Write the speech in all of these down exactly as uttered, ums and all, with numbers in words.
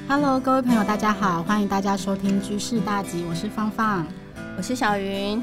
Hello， 各位朋友，大家好，欢迎大家收听居士大吉，我是芳芳， 我是小云。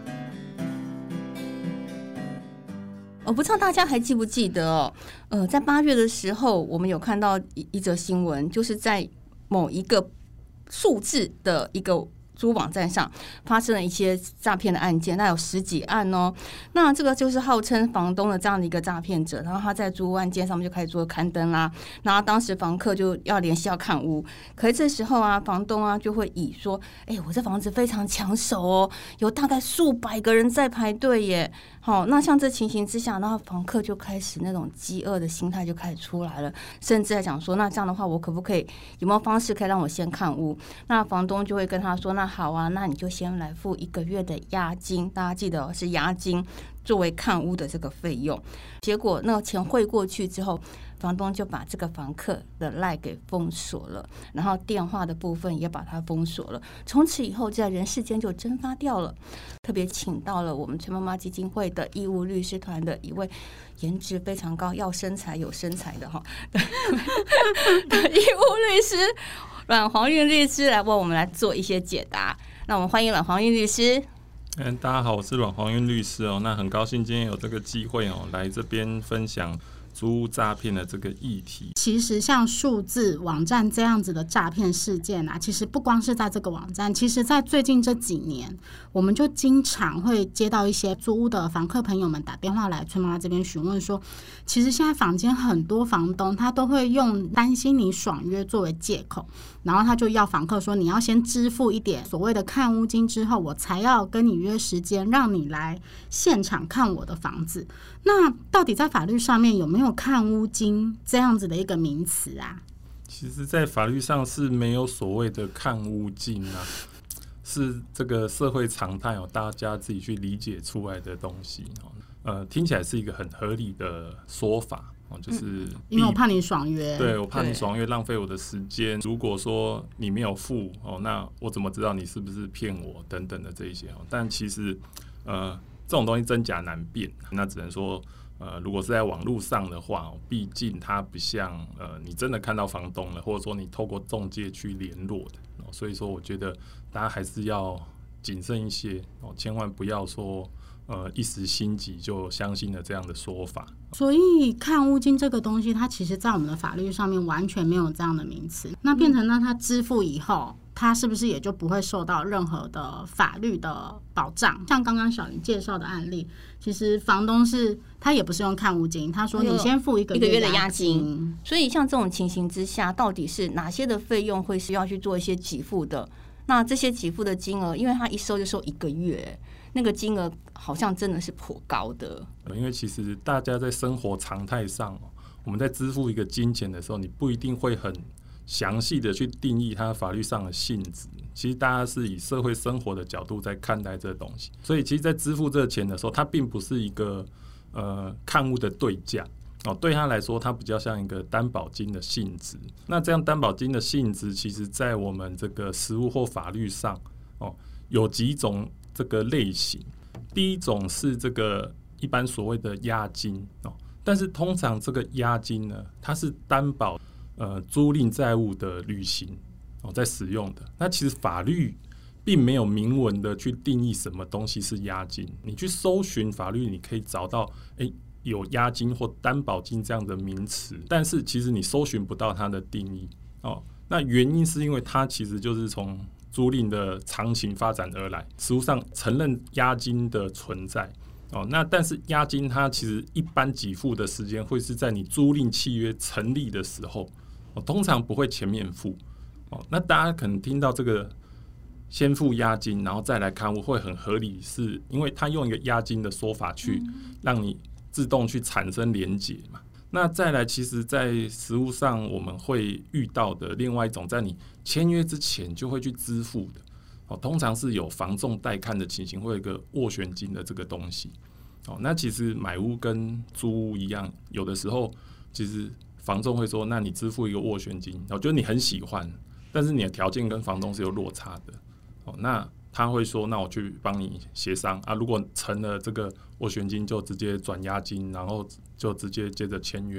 我不知道大家还记不记得哦，呃，在八月的时候，我们有看到一一则新闻，就是在某一个数字的一个租网站上发生了一些诈骗的案件，那有十几案哦。那这个就是号称房东的这样的一个诈骗者，然后他在租屋案件上面就开始做刊登啦。然后当时房客就要联系要看屋，可是这时候啊，房东啊就会以说：“哎、欸，我这房子非常抢手哦，有大概数百个人在排队耶。”好，那像这情形之下，然后房客就开始那种饥饿的心态就开始出来了，甚至在讲说：“那这样的话，我可不可以有没有方式可以让我先看屋？”那房东就会跟他说：“那好啊，那你就先来付一个月的押金，大家记得是押金作为看屋的这个费用。”结果那个钱汇过去之后，房东就把这个房客的 LINE 给封锁了，然后电话的部分也把它封锁了。从此以后，在人世间就蒸发掉了。特别请到了我们陈妈妈基金会的义务律师团的一位颜值非常高、要身材有身材的哈的义务律师阮黄韵律师来为我们来做一些解答。那我们欢迎阮黄韵律师。 嗯，大家好，我是阮黄韵律师哦。那很高兴今天有这个机会哦，来这边分享租屋诈骗的这个议题。 其实像数字网站这样子的诈骗事件啊，其实不光是在这个网站，其实在最近这几年，我们就经常会接到一些租屋的房客朋友们打电话来崔妈妈这边询问说，其实现在坊间很多房东他都会用担心你爽约作为借口，然后他就要房客说你要先支付一点所谓的看屋金之后，我才要跟你约时间让你来现场看我的房子。那到底在法律上面有没有看屋金这样子的一个名词啊？ 其实在法律上是没有所谓的看屋金啊，是这个社会常态哦，大家自己去理解出来的东西哦。呃，听起来是一个很合理的说法哦，就是、嗯、 因为我怕你爽约， 对，我怕你爽约浪费我的时间。如果说你没有付哦，那我怎么知道你是不是骗我等等的这一些哦？但其实呃，这种东西真假难辨，那只能说。呃，如果是在网络上的话，毕竟它不像呃你真的看到房东了，或者说你透过中介去联络的、哦，所以说我觉得大家还是要谨慎一些哦，千万不要说呃一时心急就相信了这样的说法。 所以看屋金这个东西，它其实在我们的法律上面完全没有这样的名词。那变成呢，它支付以后，他是不是也就不会受到任何的法律的保障？像刚刚小林介绍的案例，其实房东是他也不是用看屋金，他说你先付一个月的押金。 所以像这种情形之下，到底是哪些的费用会是要去做一些给付的？那这些给付的金额，因为他一收就收一个月，那个金额好像真的是颇高的。 因为其实大家在生活常态上，我们在支付一个金钱的时候，你不一定会很详细的去定义它法律上的性质，其实大家是以社会生活的角度在看待这个东西，所以其实在支付这个钱的时候，它并不是一个呃看屋的对价哦，对他来说它比较像一个担保金的性质。那这样担保金的性质，其实在我们这个实务或法律上哦，有几种这个类型。第一种是这个一般所谓的押金哦，但是通常这个押金呢，它是担保呃，租赁债务的履行哦，在使用的。那其实法律并没有明文的去定义什么东西是押金。你去搜寻法律，你可以找到，哎，有押金或担保金这样的名词，但是其实你搜寻不到它的定义哦。那原因是因为它其实就是从租赁的常情发展而来，实务上承认押金的存在。哦，那但是押金它其实一般给付的时间会是在你租赁契约成立的时候。哦、通常不会前面付、哦、那大家可能听到这个先付押金然后再来看屋会很合理，是因为他用一个押金的说法去让你自动去产生连结嘛。那再来其实在实务上我们会遇到的另外一种，在你签约之前就会去支付的、哦、通常是有房仲带看的情形，会有一个斡旋金的这个东西、哦、那其实买屋跟租屋一样，有的时候其实房仲会说，那你支付一个斡旋金，我觉得你很喜欢，但是你的条件跟房东是有落差的、哦、那他会说，那我去帮你协商啊，如果成了这个斡旋金就直接转押金，然后就直接接着签约、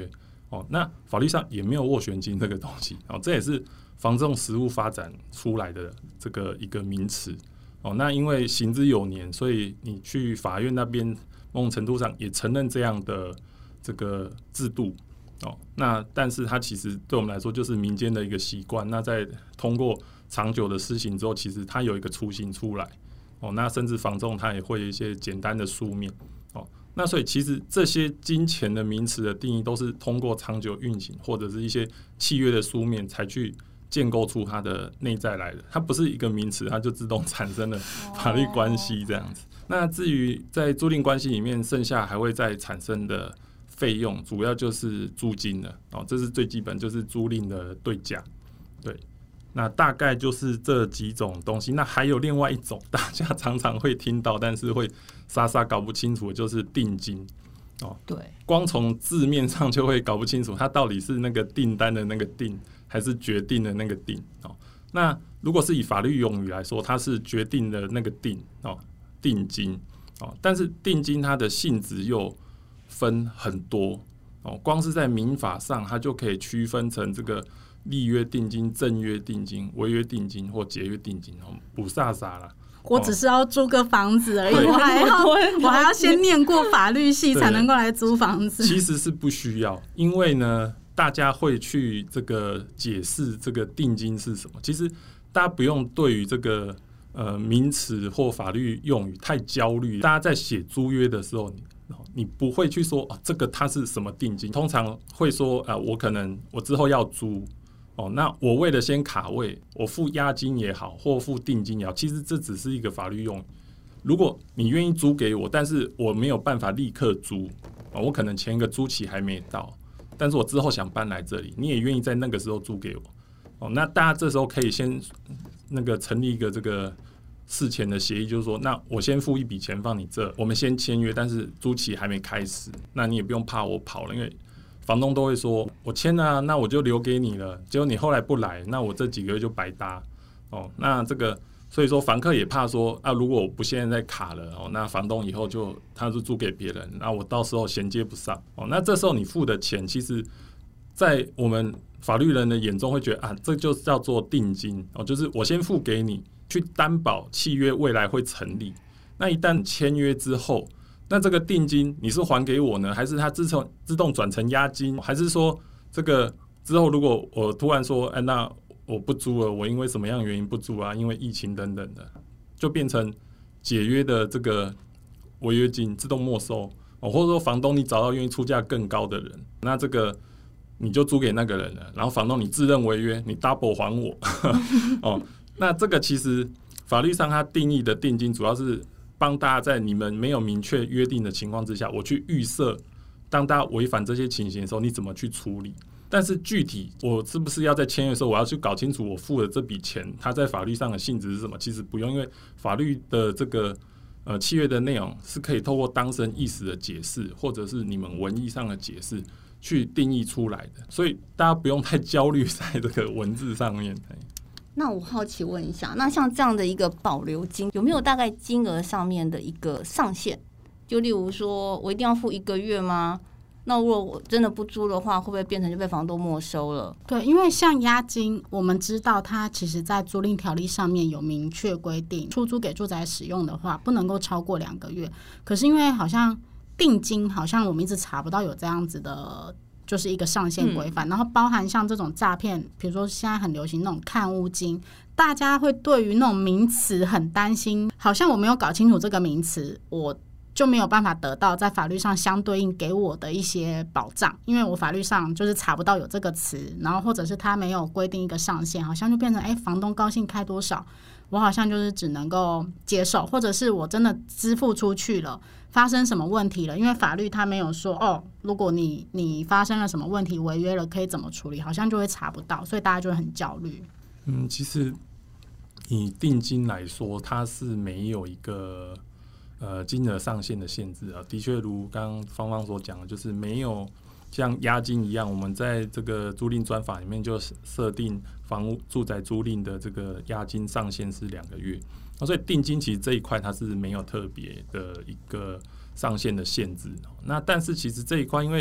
哦，那法律上也没有斡旋金这个东西哦，这也是房仲实务发展出来的这个一个名词哦。那因为行之有年，所以你去法院那边某种程度上也承认这样的这个制度哦。那但是它其实对我们来说就是民间的一个习惯。那在通过长久的施行之后，其实它有一个雏形出来哦。那甚至房仲它也会有一些简单的书面哦。那所以其实这些金钱的名词的定义都是通过长久运行或者是一些契约的书面才去建构出它的内在来的，它不是一个名词，它就自动产生了法律关系这样子。Oh. 那至于在租赁关系里面，剩下还会再产生的费用，主要就是租金了哦，这是最基本，就是租赁的对价。对，那大概就是这几种东西。那还有另外一种，大家常常会听到，但是会傻傻搞不清楚的，就是定金。哦， 对， 光从字面上就会搞不清楚，它到底是那个订单的那个订，还是决定的那个定哦。那如果是以法律用语来说，它是决定的那个定哦，定金哦。但是定金它的性质又分很多哦，光是在民法上，它就可以区分成这个立约定金、赠约定金、违约定金或解约定金哦，不飒飒啦。 我只是要租个房子而已，我还要我还要先念过法律系才能够来租房子。 其实是不需要，因为呢，大家会去这个解释这个定金是什么。其实大家不用对于这个呃名词或法律用语太焦虑。大家在写租约的时候，你你不会去说、哦、这个它是什么定金，通常会说啊、呃，我可能我之后要租。哦，那我为了先卡位，我付押金也好，或付定金也好，其实这只是一个法律用语。如果你愿意租给我，但是我没有办法立刻租，哦、我可能前一个租期还没到，但是我之后想搬来这里，你也愿意在那个时候租给我，哦，那大家这时候可以先那个成立一个这个事前的协议，就是说，那我先付一笔钱放你这，我们先签约，但是租期还没开始，那你也不用怕我跑了，因为房东都会说，我签了、啊，那我就留给你了。结果你后来不来，那我这几个月就白搭哦。那这个，所以说房客也怕说啊，如果我不现在在卡了哦，那房东以后就他就租给别人，那我到时候衔接不上哦。那这时候你付的钱，其实，在我们法律人的眼中会觉得啊，这就叫做定金哦，就是我先付给你，去担保契约未来会成立。那一旦签约之后，那这个定金你是还给我呢，还是它自动自动转成押金，还是说这个之后如果我突然说，哎，那我不租了，我因为什么样的原因不租啊？因为疫情等等的，就变成解约的这个违约金自动没收哦，或者说房东你找到愿意出价更高的人，那这个你就租给那个人了，然后房东你自认违约，你 double 还我哦，那这个其实法律上它定义的定金主要是帮大家在你们没有明确约定的情况之下，我去预设，当大家违反这些情形的时候，你怎么去处理？但是具体我是不是要在签约的时候，我要去搞清楚我付的这笔钱，它在法律上的性质是什么？其实不用，因为法律的这个呃契约的内容是可以透过当事人意思的解释，或者是你们文义上的解释去定义出来的，所以大家不用太焦虑在这个文字上面。 那我好奇问一下，那像这样的一个保留金，有没有大概金额上面的一个上限？就例如说，我一定要付一个月吗？那如果我真的不租的话，会不会变成就被房东没收了？ 对，因为像押金，我们知道它其实在租赁条例上面有明确规定，出租给住宅使用的话，不能够超过两个月。可是因为好像定金，好像我们一直查不到有这样子的。就是一个上限规范、嗯，然后包含像这种诈骗，比如说现在很流行那种看屋金，大家会对于那种名词很担心，好像我没有搞清楚这个名词，我就没有办法得到在法律上相对应给我的一些保障，因为我法律上就是查不到有这个词，然后或者是他没有规定一个上限，好像就变成哎，房东高兴开多少，我好像就是只能够接受，或者是我真的支付出去了。发生什么问题了？因为法律它没有说哦，如果你你发生了什么问题违约了，可以怎么处理，好像就会查不到，所以大家就会很焦虑。 嗯，其实以定金来说，它是没有一个呃金额上限的限制啊。的确，如刚刚芳芳所讲的，就是没有像押金一样，我们在这个租赁专法里面就设定房屋住宅租赁的这个押金上限是两个月。所以定金其实这一块它是没有特别的一个上限的限制。那但是其实这一块，因为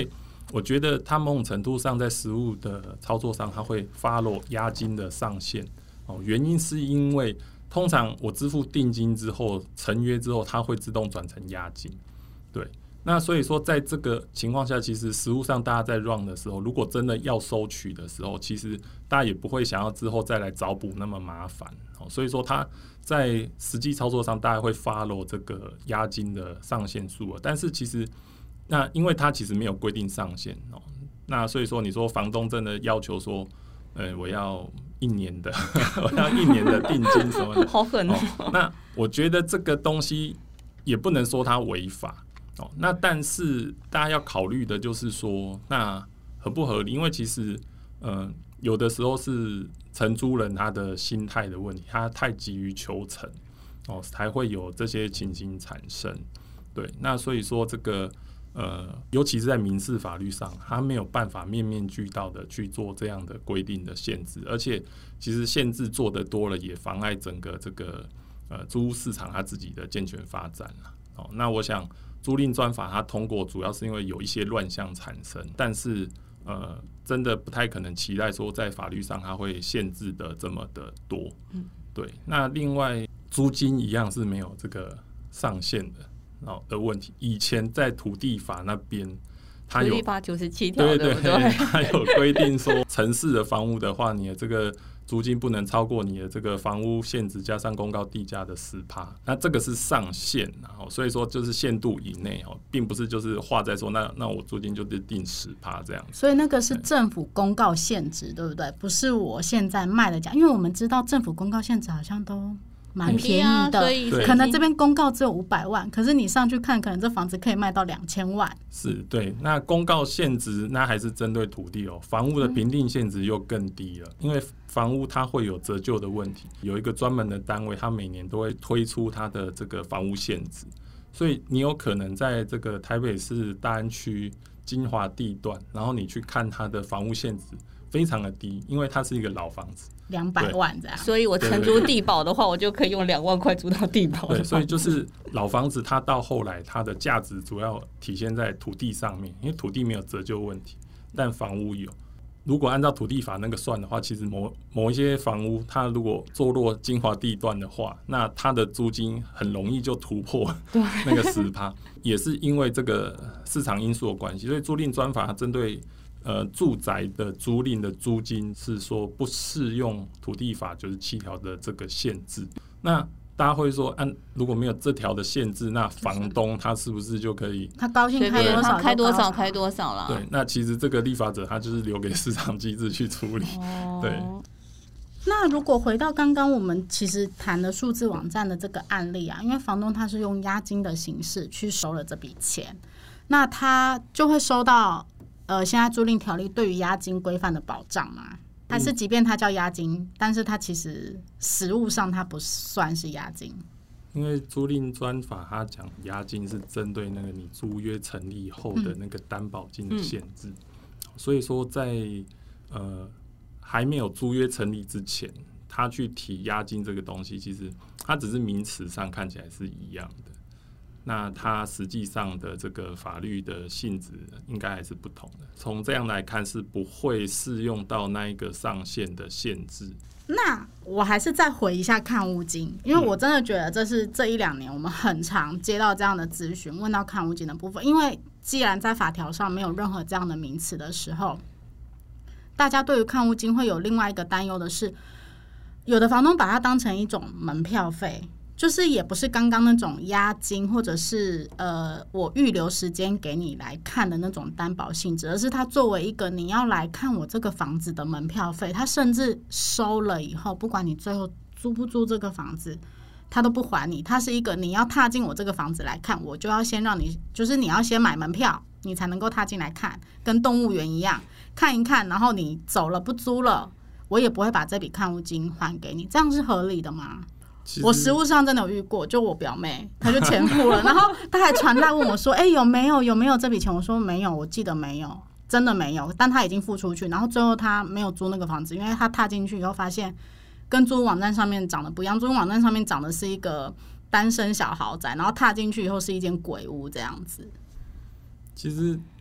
我觉得它某种程度上在实务的操作上，它会 follow 押金的上限。哦，原因是因为通常我支付定金之后，成约之后，它会自动转成押金。对，那所以说在这个情况下，其实实务上大家在 run 的时候，如果真的要收取的时候，其实大家也不会想要之后再来找补那么麻烦。哦，所以说它在实际操作上，大家会 follow 这个押金的上限数。但是其实那因为它其实没有规定上限哦，那所以说你说房东真的要求说，呃，我要一年的，我要一年的定金什么的， 好狠哦！ 哦那我觉得这个东西也不能说它违法哦。那但是大家要考虑的就是说，那合不合理？因为其实呃，有的时候是承租人他的心态的问题，他太急于求成哦，才会有这些情形产生。对，那所以说这个。呃，尤其是在民事法律上，他没有办法面面俱到的去做这样的规定的限制，而且其实限制做得多了，也妨碍整个这个呃租屋市场它自己的健全发展了。哦，那我想租赁专法它通过，主要是因为有一些乱象产生，但是呃，真的不太可能期待说在法律上它会限制的这么的多。嗯，对。那另外租金一样是没有这个上限的。的问题，以前在土地法那边，它有土地法九十七条， 对对对对， 它有规定说，城市的房屋的话，你的这个租金不能超过你的这个房屋现值加上公告地价的十趴，那这个是上限，然后所以说就是限度以内哦，并不是就是画在说那那我租金就是定十趴这样子。 所以那个是政府公告限值，对不对？不是我现在卖的价，因为我们知道政府公告限值好像都。蛮便宜的， 啊、 可能这边公告只有五百万，可是你上去看，可能这房子可以卖到两千万。 是，对。那公告限值那还是针对土地哦，房屋的评定限值又更低了，嗯、因为房屋它会有折旧的问题，有一个专门的单位，它每年都会推出它的这个房屋限值，所以你有可能在这个台北市大安区精华地段，然后你去看它的房屋限值非常的低，因为它是一个老房子。 两百万这样， 所以我承租地保的话，我就可以用两万块租到地保。 对，所以就是老房子，它到后来它的价值主要体现在土地上面，因为土地没有折旧问题，但房屋有。如果按照土地法那个算的话，其实某某一些房屋，它如果坐落精华地段的话，那它的租金很容易就突破那个十趴，也是因为这个市场因素的关系。所以租赁专法针对。呃，住宅的租赁的租金是说不适用土地法九十七条的这个限制。那大家会说，按如果没有这条的限制，那房东他是不是就可以他高兴开多少开多少开多少了？ 对，那其实这个立法者他就是留给市场机制去处理。哦、对。 那如果回到刚刚我们其实谈的数字网站的这个案例啊，因为房东他是用押金的形式去收了这笔钱，那他就会收到。呃，现在租赁条例对于押金规范的保障嘛，还是即便它叫押金，嗯、但是它其实实务上它不算是押金。 因为租赁专法它讲押金是针对那个你租约成立后的那个担保金的限制，嗯、所以说在呃还没有租约成立之前，他去提押金这个东西，其实它只是名词上看起来是一样的。那它实际上的这个法律的性质应该还是不同的。从这样来看，是不会适用到那一个上限的限制。 那我还是再回一下看屋金，因为我真的觉得这是这一两年我们很常接到这样的咨询，问到看屋金的部分。因为既然在法条上没有任何这样的名词的时候，大家对于看屋金会有另外一个担忧的是，有的房东把它当成一种门票费。就是也不是刚刚那种押金，或者是呃我预留时间给你来看的那种担保性质，而是它作为一个你要来看我这个房子的门票费，它甚至收了以后，不管你最后租不租这个房子，它都不还你。它是一个你要踏进我这个房子来看，我就要先让你，就是你要先买门票，你才能够踏进来看，跟动物园一样，看一看，然后你走了不租了，我也不会把这笔看屋金还给你，这样是合理的吗？我实务上真的有遇过，就我表妹，她就钱付了，然后她还传来问我说：“哎、欸，有没有有没有这笔钱？”我说：“没有，我记得没有，真的没有。”但她已经付出去，然后最后她没有租那个房子，因为她踏进去以后发现跟租屋网站上面长得不一样，租屋网站上面长的是一个单身小豪宅，然后踏进去以后是一间鬼屋这样子。 其实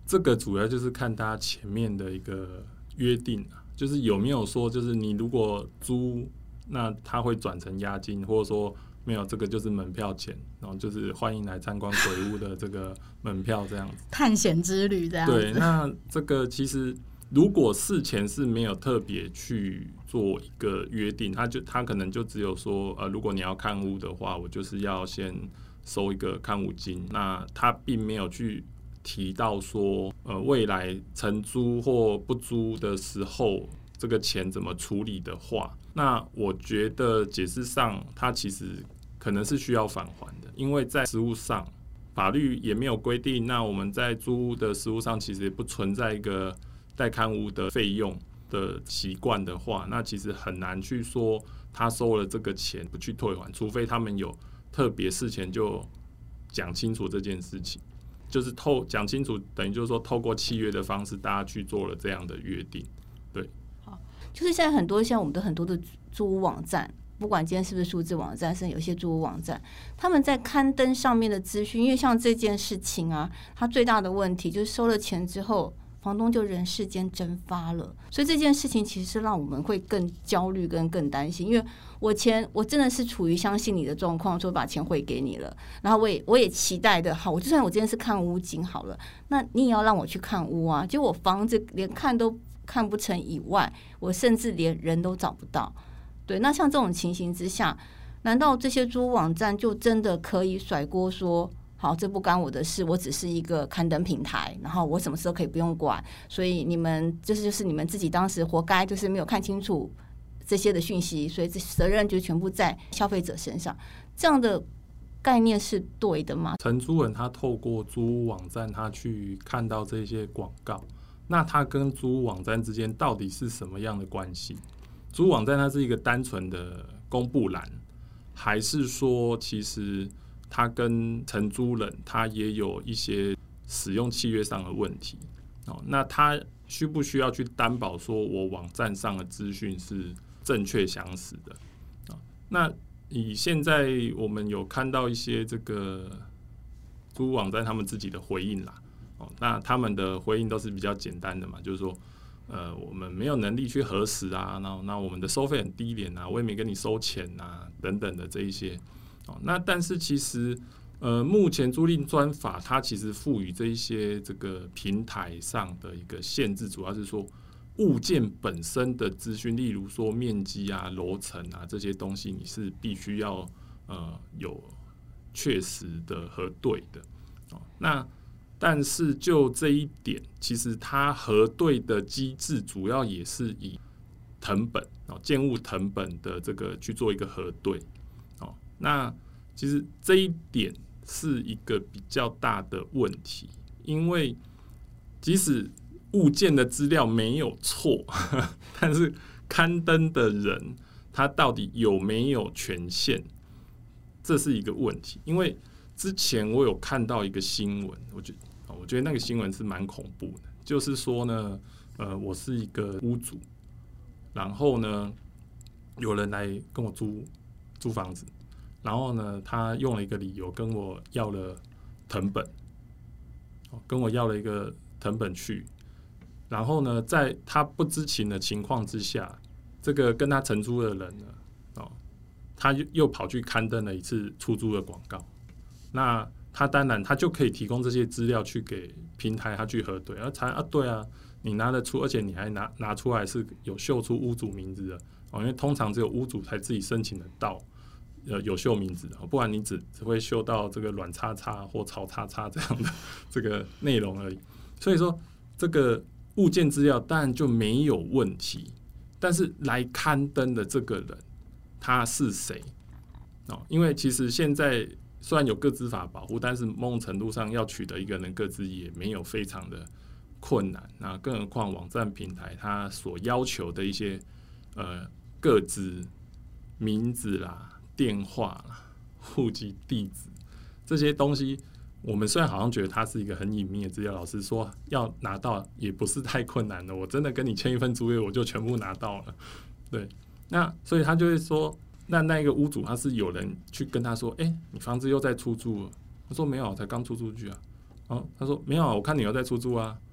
这个主要就是看他前面的一个约定啊，就是有没有说，就是你如果租，那他会转成押金，或者说没有，这个就是门票钱，然后就是欢迎来参观鬼屋的这个门票这样子， 探险之旅这样子。 对，那这个其实如果事前是没有特别去做一个约定，他就他可能就只有说，呃，如果你要看屋的话，我就是要先收一个看屋金，那他并没有去提到说，呃，未来承租或不租的时候，这个钱怎么处理的话，那我觉得解释上，它其实可能是需要返还的，因为在实务上，法律也没有规定。那我们在租屋的实务上，其实也不存在一个代看屋的费用的习惯的话，那其实很难去说他收了这个钱不去退还，除非他们有特别事前就讲清楚这件事情。就是透讲清楚，等于就是说透过契约的方式，大家去做了这样的约定，对。 好，就是现在很多像我们的很多的租屋网站，不管今天是不是数字网站，甚至有些租屋网站，他们在刊登上面的资讯，因为像这件事情啊，它最大的问题就是收了钱之后，房东就人世间蒸发了，所以这件事情其实是让我们会更焦虑跟更担心，因为我钱我真的是处于相信你的状况，说把钱汇给你了，然后我也我也期待的，好，我就算我今天是看屋金好了，那你也要让我去看屋啊，结果我房子连看都看不成以外，我甚至连人都找不到。对，那像这种情形之下，难道这些租屋网站就真的可以甩锅说，好，这不干我的事，我只是一个刊登平台，然后我什么事都可以不用管，所以你们就是就是你们自己当时活该，就是没有看清楚这些的讯息，所以这责任就全部在消费者身上，这样的概念是对的吗？ 承租人他透过租屋网站，他去看到这些广告，那他跟租屋网站之间到底是什么样的关系？租屋网站它是一个单纯的公布栏，还是说其实他跟承租人他也有一些使用契约上的问题？哦，那他需不需要去担保说我网站上的资讯是正确详实的？哦，那以现在我们有看到一些这个租屋网站他们自己的回应啦，哦，那他们的回应都是比较简单的嘛，就是说，呃，我们没有能力去核实啊，然后那我们的收费很低廉啊，我也没跟你收钱啊，等等的这一些。哦，那但是其实，呃，目前租赁专法它其实赋予这一些这个平台上的一个限制，主要是说物件本身的资讯，例如说面积啊、楼层啊这些东西，你是必须要呃有确实的核对的。哦，那但是就这一点，其实它核对的机制主要也是以誊本哦，建物誊本的这个去做一个核对。哦，那其实这一点是一个比较大的问题，因为即使物件的资料没有错，但是刊登的人他到底有没有权限，这是一个问题。因为之前我有看到一个新闻，我觉得我觉得那个新闻是蛮恐怖的，就是说呢，呃，我是一个屋主，然后呢，有人来跟我租租房子，然后呢，他用了一个理由跟我要了誊本，跟我要了一个誊本去，然后呢，在他不知情的情况之下，这个跟他承租的人呢，哦，他又跑去刊登了一次出租的广告，那他当然他就可以提供这些资料去给平台他去核对，而才啊对啊，你拿得出，而且你还拿拿出来是有秀出屋主名字的哦，因为通常只有屋主才自己申请得到，呃，有秀名字的，不然你只只会秀到这个卵叉叉或草叉叉这样的这个内容而已。所以说，这个物件资料当然就没有问题，但是来刊登的这个人他是谁？哦，因为其实现在虽然有个资法保护，但是某种程度上要取得一个人个资也没有非常的困难。那更何况网站平台它所要求的一些呃个资、名字啦、电话啦、户籍地址这些东西，我们虽然好像觉得它是一个很隐秘的资料，老实说要拿到也不是太困难的。我真的跟你签一份租约，我就全部拿到了。对，那所以他就会说，那那个屋主他是有人去跟他说，哎、欸，你房子又在出租了。他说没有，才刚出租去啊。哦，他说没有，我看你又在出租啊。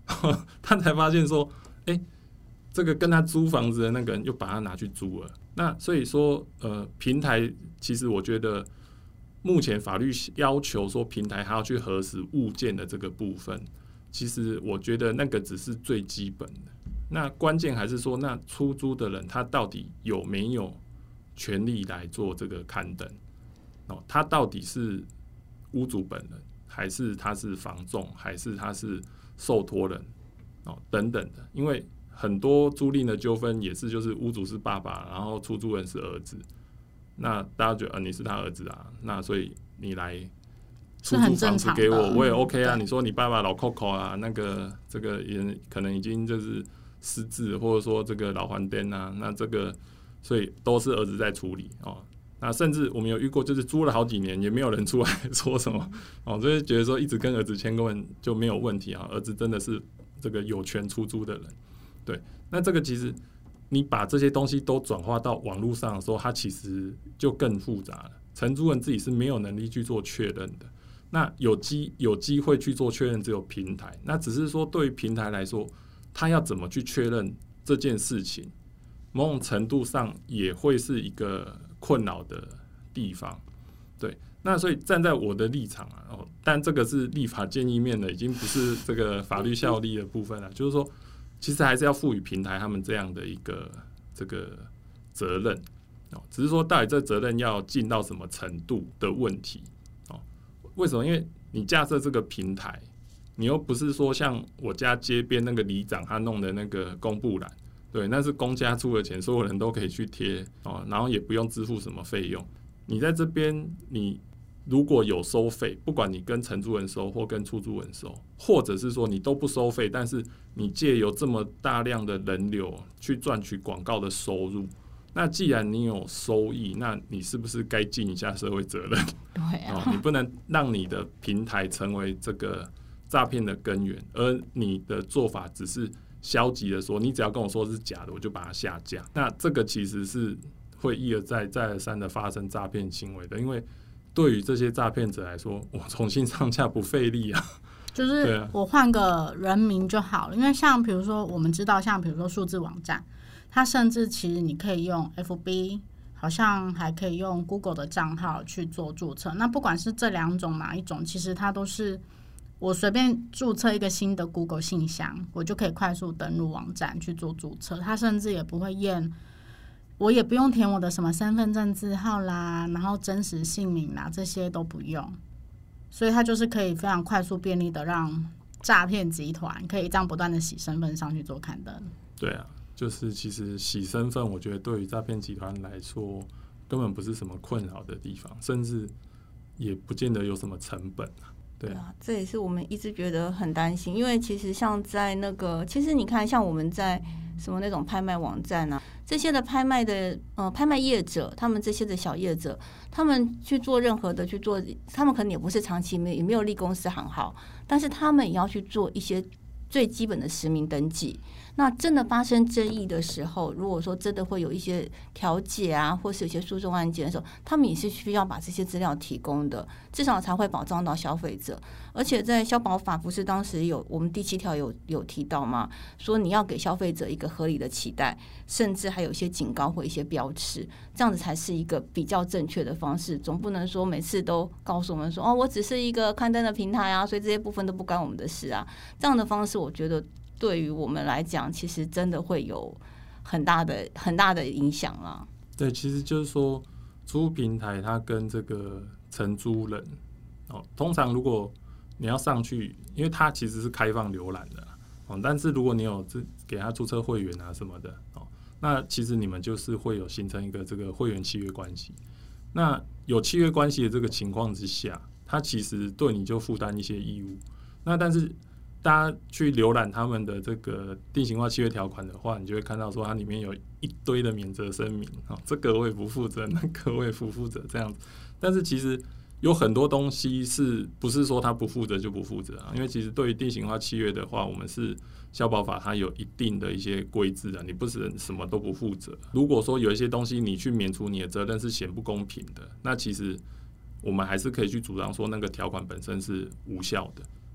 他才发现说，哎、欸，这个跟他租房子的那个人又把他拿去租了。那所以说，呃，平台其实我觉得目前法律要求说平台还要去核实物件的这个部分，其实我觉得那个只是最基本的。那关键还是说，那出租的人他到底有没有权利来做这个刊登？哦，他到底是屋主本人，还是他是房仲，还是他是受托人？哦，等等的，因为很多租赁的纠纷也是，就是屋主是爸爸，然后出租人是儿子。那大家觉得，呃，你是他儿子啊，那所以你来出租房子给我，我也 OK 啊。你说你爸爸老 Coco 啊，那个这个也可能已经就是失智，或者说这个老还灯啊，那这个所以都是儿子在处理哦。那甚至我们有遇过，就是租了好几年也没有人出来说什么哦，所以觉得说一直跟儿子签根本就没有问题啊，儿子真的是这个有权出租的人。对，那这个其实你把这些东西都转化到网络上的时候，它其实就更复杂了。承租人自己是没有能力去做确认的，那有机有机会去做确认只有平台，那只是说对于平台来说，他要怎么去确认这件事情，某种程度上也会是一个困扰的地方。对，那所以站在我的立场啊，哦，但这个是立法建议面的，已经不是这个法律效力的部分了，就是说。其实还是要赋予平台他们这样的一个这个责任哦，只是说到底这责任要尽到什么程度的问题哦？为什么？因为你架设这个平台，你又不是说像我家街边那个里长他弄的那个公布栏，对，那是公家出的钱，所有人都可以去贴哦，然后也不用支付什么费用。你在这边你。如果有收费，不管你跟承租人收或跟出租人收，或者是说你都不收费，但是你借由这么大量的人流去赚取广告的收入，那既然你有收益，那你是不是该尽一下社会责任？ 对啊， 哦，你不能让你的平台成为这个诈骗的根源，而你的做法只是消极的说，你只要跟我说是假的，我就把它下架。那这个其实是会一而再、再而三的发生诈骗行为的，因为。对于这些诈骗者来说，我重新上架不费力啊， 就是我换个人名就好了。因为像比如说，我们知道，像比如说数字网站，它甚至其实你可以用 F B， 好像还可以用 Google 的账号去做注册。那不管是这两种哪一种，其实它都是我随便注册一个新的 Google 信箱，我就可以快速登录网站去做注册。它甚至也不会验。我也不用填我的什么身份证字号啦，然后真实姓名啦，这些都不用，所以它就是可以非常快速便利的让诈骗集团可以这样不断的洗身份上去做刊登。 对啊，就是其实洗身份，我觉得对于诈骗集团来说根本不是什么困扰的地方，甚至也不见得有什么成本啊。对啊， 这也是我们一直觉得很担心，因为其实像在那个，其实你看，像我们在什么那种拍卖网站啊，这些的拍卖的呃拍卖业者，他们这些的小业者，他们去做任何的去做，他们可能也不是长期没有也没有立公司行号，但是他们也要去做一些最基本的实名登记。那真的发生争议的时候，如果说真的会有一些调解啊，或是有些诉讼案件的时候，他们也是需要把这些资料提供的，至少才会保障到消费者。而且在消保法不是当时有我们第七条有有提到吗？说你要给消费者一个合理的期待，甚至还有一些警告或一些标识，这样子才是一个比较正确的方式。总不能说每次都告诉我们说哦，我只是一个刊登的平台啊，所以这些部分都不干我们的事啊。这样的方式，我觉得。对于我们来讲，其实真的会有很大的很大的影响啦。 对，其实就是说，租屋平台它跟这个承租人哦，通常如果你要上去，因为它其实是开放浏览的哦，但是如果你有给他注册会员啊什么的哦，那其实你们就是会有形成一个这个会员契约关系。那有契约关系的这个情况之下，它其实对你就负担一些义务。那但是大家去浏览他们的这个定型化契约条款的话，你就会看到说它里面有一堆的免责声明，这个我也不负责，那个我也不负责这样子。但是其实有很多东西是不是说他不负责就不负责啊？因为其实对于定型化契约的话，我们是消保法它有一定的一些规制啊，你不是什么都不负责。如果说有一些东西你去免除你的责任是显不公平的，那其实我们还是可以去主张说那个条款本身是无效的。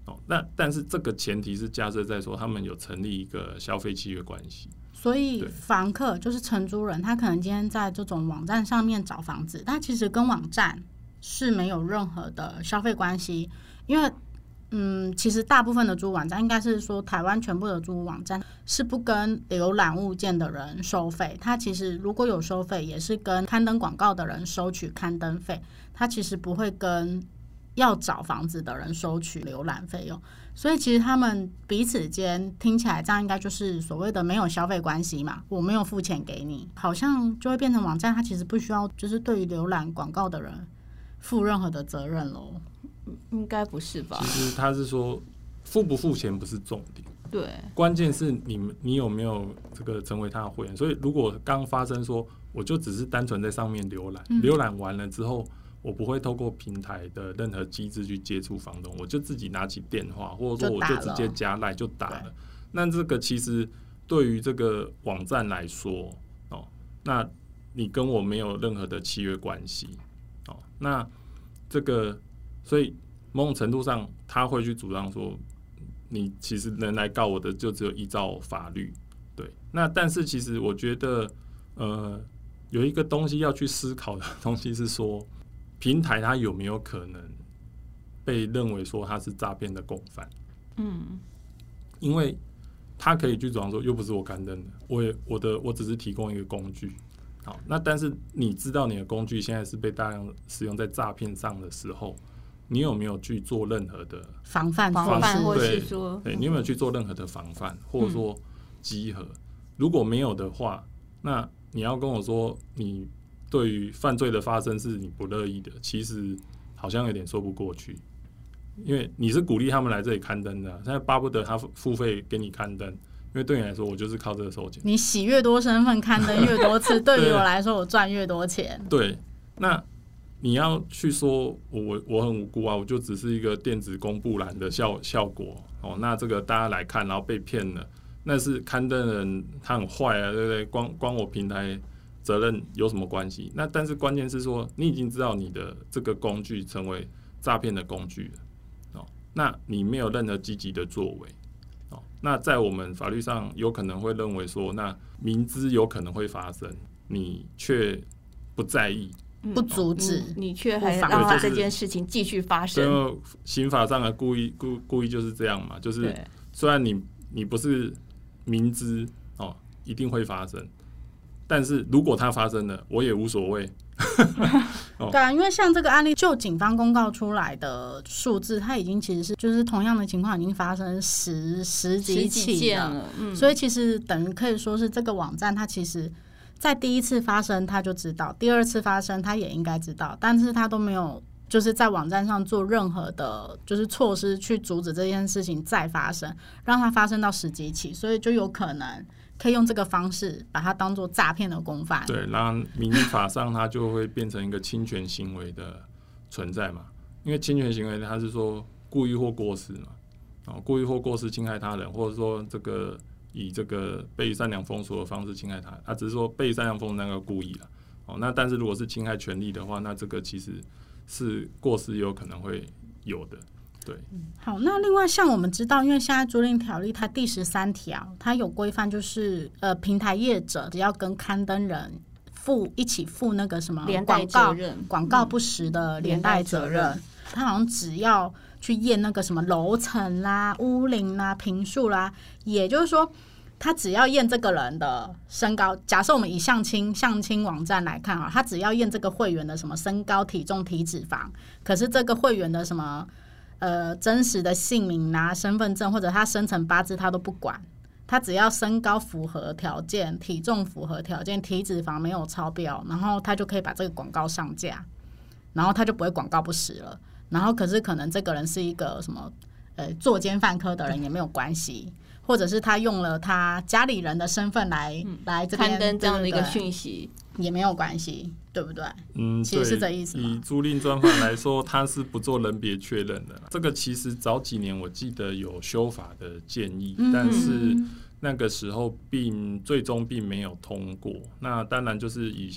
哦，那但是这个前提是假设在说他们有成立一个消费契约关系。 所以房客就是承租人，他可能今天在这种网站上面找房子，但其实跟网站是没有任何的消费关系，因为嗯，其实大部分的租屋网站应该是说台湾全部的租屋网站是不跟浏览物件的人收费，他其实如果有收费也是跟刊登广告的人收取刊登费，他其实不会跟要找房子的人收取浏览费用，所以其实他们彼此间听起来这样应该就是所谓的没有消费关系嘛，我没有付钱给你，好像就会变成网站它其实不需要就是对于浏览广告的人负任何的责任咯。 应该不是吧？ 其实他是说付不付钱不是重点， 对， 关键是你你有没有这个成为他的会员。所以如果刚发生说我就只是单纯在上面浏览，浏览完了之后我不会透过平台的任何机制去接触房东，我就自己拿起电话，或者说我就直接加 LINE 就打了。那这个其实对于这个网站来说，哦，那你跟我没有任何的契约关系，哦，那这个所以某种程度上他会去主张说，你其实能来告我的就只有依照法律，对。那但是其实我觉得，呃，有一个东西要去思考的东西是说，平台它有没有可能被认为说它是诈骗的共犯？嗯，因为他可以去主张说，又不是我刊登的，我也我的我只是提供一个工具。好，那但是你知道你的工具现在是被大量使用在诈骗上的时候，你有没有去做任何的防范防范，或是说，对，你有没有去做任何的防范，或者说稽核？嗯、如果没有的话，那你要跟我说你对于犯罪的发生是你不乐意的，其实好像有点说不过去，因为你是鼓励他们来这里刊登的、啊，现在巴不得他付费给你刊登。因为对你来说，我就是靠这个收钱。 你洗越多身份，刊登越多次，对于我来说，我赚越多钱。 对，那你要去说我我很无辜啊，我就只是一个电子公布栏的效效果哦。那这个大家来看，然后被骗了，那是刊登人他很坏啊，对不对？关关我平台责任有什么关系？那但是关键是说，你已经知道你的这个工具成为诈骗的工具了哦，那你没有任何积极的作为。那在我们法律上有可能会认为说，那明知有可能会发生，你却不在意、 不阻止， 嗯、你却还让这件事情继续发生。 就刑法上的故意故故意就是这样嘛，就是虽然你你不是明知哦一定会发生，但是如果它发生了，我也无所谓。 对啊，因为像这个案例，就警方公告出来的数字，它已经其实是就是同样的情况已经发生十十几起了，了嗯、所以其实等于可以说是这个网站，它其实在第一次发生它就知道，第二次发生它也应该知道，但是它都没有就是在网站上做任何的，就是措施去阻止这件事情再发生，让它发生到十几起，所以就有可能可以用这个方式把它当作诈骗的共犯。 对，然后民法上它就会变成一个侵权行为的存在嘛，因为侵权行为它是说故意或过失嘛，哦，故意或过失侵害他人，或者说这个以这个被予善良风俗的方式侵害他人，啊，只是说被予善良风俗那个故意了，哦，那但是如果是侵害权利的话，那这个其实是过失有可能会有的。对， 好，那另外像我们知道，因为现在租赁条例它第十三条，它有规范，就是呃，平台业者只要跟刊登人负一起负那个什么广告广告不实的连带责任，他好像只要去验那个什么楼层啦、屋龄啦、坪数啦，也就是说，他只要验这个人的身高。假设我们以相亲相亲网站来看啊，他只要验这个会员的什么身高、体重、体脂肪，可是这个会员的什么呃，真实的姓名啊、身份证或者他生辰八字他都不管，他只要身高符合条件、体重符合条件、体脂肪没有超标，然后他就可以把这个广告上架，然后他就不会广告不实了。然后可是可能这个人是一个什么呃作奸犯科的人也没有关系，或者是他用了他家里人的身份来、嗯、来这边刊登这样的一个讯息也没有关系，对不对？ 嗯， 其实是这意思吗？ 以租赁专犯来说，他是不做人别确认的。这个其实早几年我记得有修法的建议，嗯、但是那个时候并最终并没有通过。那当然就是以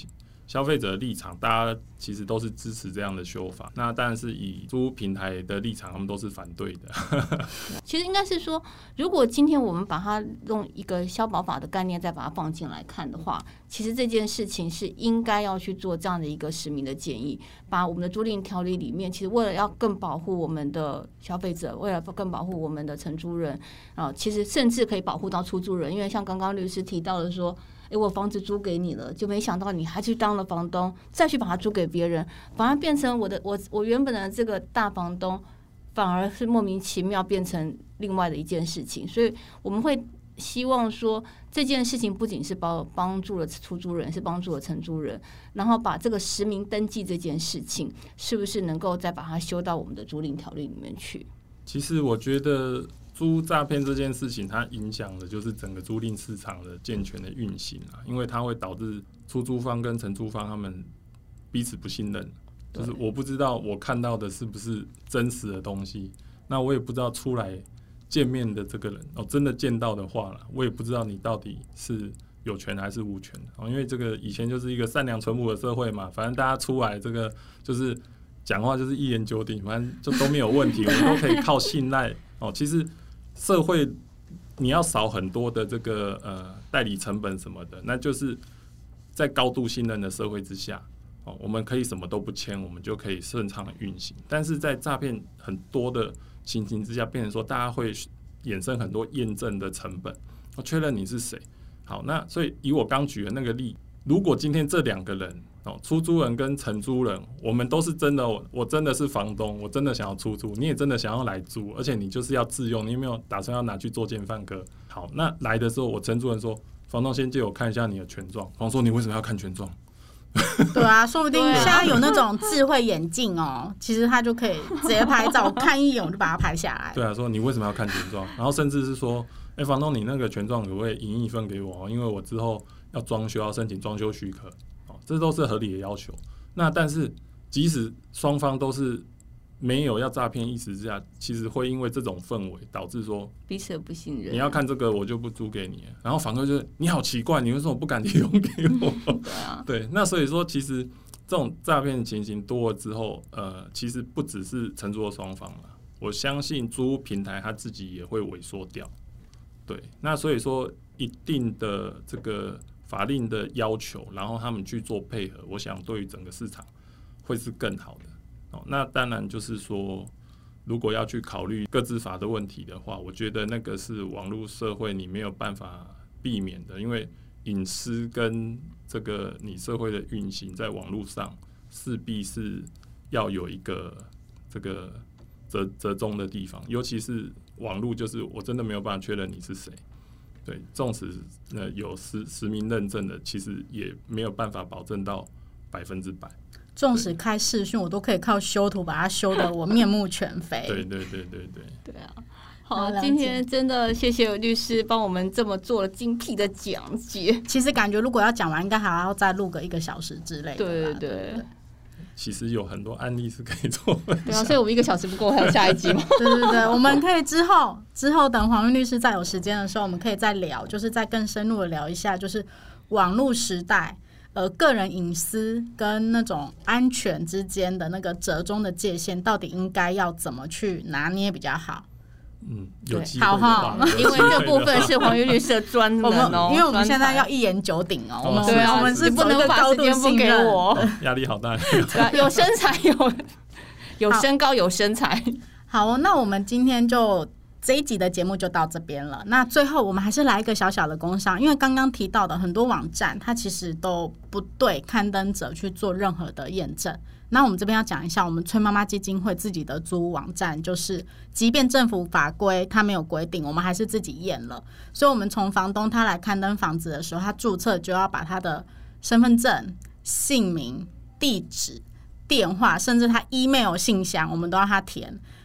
消费者的立场，大家其实都是支持这样的修法。那当然是以租屋平台的立场，他们都是反对的。 其实应该是说，如果今天我们把它用一个消保法的概念再把它放进来看的话，其实这件事情是应该要去做这样的一个实名的建议，把我们的租赁条例里面，其实为了要更保护我们的消费者，为了更保护我们的承租人啊，其实甚至可以保护到出租人，因为像刚刚律师提到的说。哎，我房子租给你了，就没想到你还去当了房东，再去把它租给别人，反而变成我的我我原本的这个大房东，反而是莫名其妙变成另外的一件事情。所以我们会希望说，这件事情不仅是帮帮助了出租人，是帮助了承租人，然后把这个实名登记这件事情，是不是能够再把它修到我们的租赁条例里面去？ 其实我觉得。租诈骗这件事情，它影响的就是整个租赁市场的健全的运行啊，因为它会导致出租方跟承租方他们彼此不信任，就是我不知道我看到的是不是真实的东西，那我也不知道出来见面的这个人哦，真的见到的话了，我也不知道你到底是有权还是无权哦，因为这个以前就是一个善良淳朴的社会嘛，反正大家出来这个就是讲话就是一言九鼎，反正就都没有问题，我们都可以靠信赖哦，其实。社会你要少很多的这个呃代理成本什么的，那就是在高度信任的社会之下，哦，我们可以什么都不签，我们就可以顺畅的运行。但是在诈骗很多的情形之下，变成说大家会衍生很多验证的成本，我确认你是谁。好，那所以以我刚举的那个例，如果今天这两个人。哦，出租人跟承租人，我们都是真的，我真的是房东，我真的想要出租，你也真的想要来租，而且你就是要自用，你有没有打算要拿去作奸犯科？好，那来的时候，我承租人说，房东先借我看一下你的权状。房东说，你为什么要看权状？ 对啊，说不定现在有那种智慧眼镜哦，其实他就可以直接拍照，看一眼我就把它拍下来。 对啊，说你为什么要看权状？然后甚至是说，哎、欸，房东，你那个权状可不可以影一份给我？因为我之后要装修，要申请装修许可。这都是合理的要求。那但是，即使双方都是没有要诈骗意识之下，其实会因为这种氛围导致说彼此不信任。 你要看这个，我就不租给你。然后反过就是你好奇怪，你为什么不敢提供给我？ 对啊， 对。那所以说，其实这种诈骗情形多了之后，呃，其实不只是承租的双方了，我相信租屋平台它自己也会萎缩掉。对。那所以说，一定的这个。法令的要求，然后他们去做配合，我想对于整个市场会是更好的。哦，那当然就是说，如果要去考虑个资法的问题的话，我觉得那个是网络社会你没有办法避免的，因为隐私跟这个你社会的运行在网络上势必是要有一个这个折折中的地方，尤其是网络，就是我真的没有办法确认你是谁。对，纵使呃有实实名认证的，其实也没有办法保证到百分之百。 纵使开视讯，我都可以靠修图把它修得我面目全非。 对对对对对。 对啊，好，今天真的谢谢律师帮我们这么做了精辟的讲解。 其实感觉如果要讲完，应该还要再录个一个小时之类的。 对对对, 对。 其实有很多案例是可以做的。 对啊，所以我们一个小时不够，还有下一集吗？ 对对对，我们可以之后之后等黄韵律师再有时间的时候，我们可以再聊，就是再更深入的聊一下，就是网络时代，呃，个人隐私跟那种安全之间的那个折中的界限，到底应该要怎么去拿捏比较好？ 嗯，有机会的话， 因为这部分是黄韵律师的专门哦， 因为我们现在要一言九鼎哦，我们对啊， 我们是不能把时间不给我， 压力好大。 有身材，有有身高，有身材。 好，那我们今天就这一集的节目就到这边了。那最后我们还是来一个小小的工商，因为刚刚提到的很多网站，它其实都不对刊登者去做任何的验证。那我们这边要讲一下，我们崔妈妈基金会自己的租屋网站，就是即便政府法规它没有规定，我们还是自己验了。所以我们从房东他来刊登房子的时候，他注册就要把他的身份证、姓名、地址、电话，甚至他 email 信箱，我们都要他填。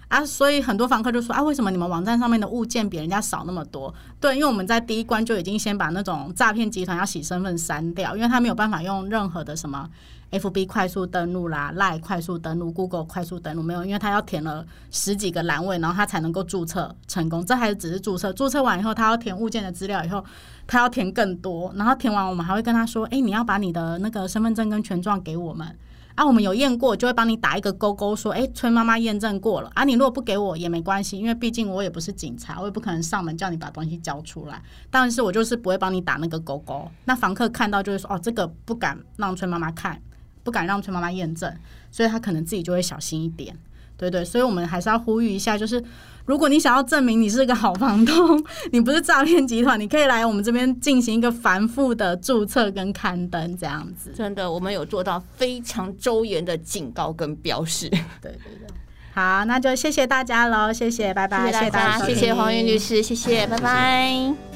啊，所以很多房客就说啊，为什么你们网站上面的物件比人家少那么多？对，因为我们在第一关就已经先把那种诈骗集团要洗身份删掉，因为他没有办法用任何的什么 F B 快速登录啦 ，Line 快速登录 ，Google 快速登录没有，因为他要填了十几个栏位，然后他才能够注册成功。这还只是注册，注册完以后，他要填物件的资料以后，他要填更多，然后填完我们还会跟他说，哎，你要把你的那个身份证跟权状给我们。啊，我们有验过，就会帮你打一个勾勾，说，哎，崔妈妈验证过了啊。你如果不给我也没关系，因为毕竟我也不是警察，我也不可能上门叫你把东西交出来。但是我就是不会帮你打那个勾勾。那房客看到就会说，哦，这个不敢让崔妈妈看，不敢让崔妈妈验证，所以他可能自己就会小心一点。对对，所以我们还是要呼吁一下，就是如果你想要证明你是个好房东，你不是诈骗集团，你可以来我们这边进行一个繁复的注册跟刊登，这样子。 真的，我们有做到非常周延的警告跟标示。对对对，好，那就谢谢大家喽，谢谢，拜拜， 谢谢大家，谢谢黄云律师，谢谢，拜拜。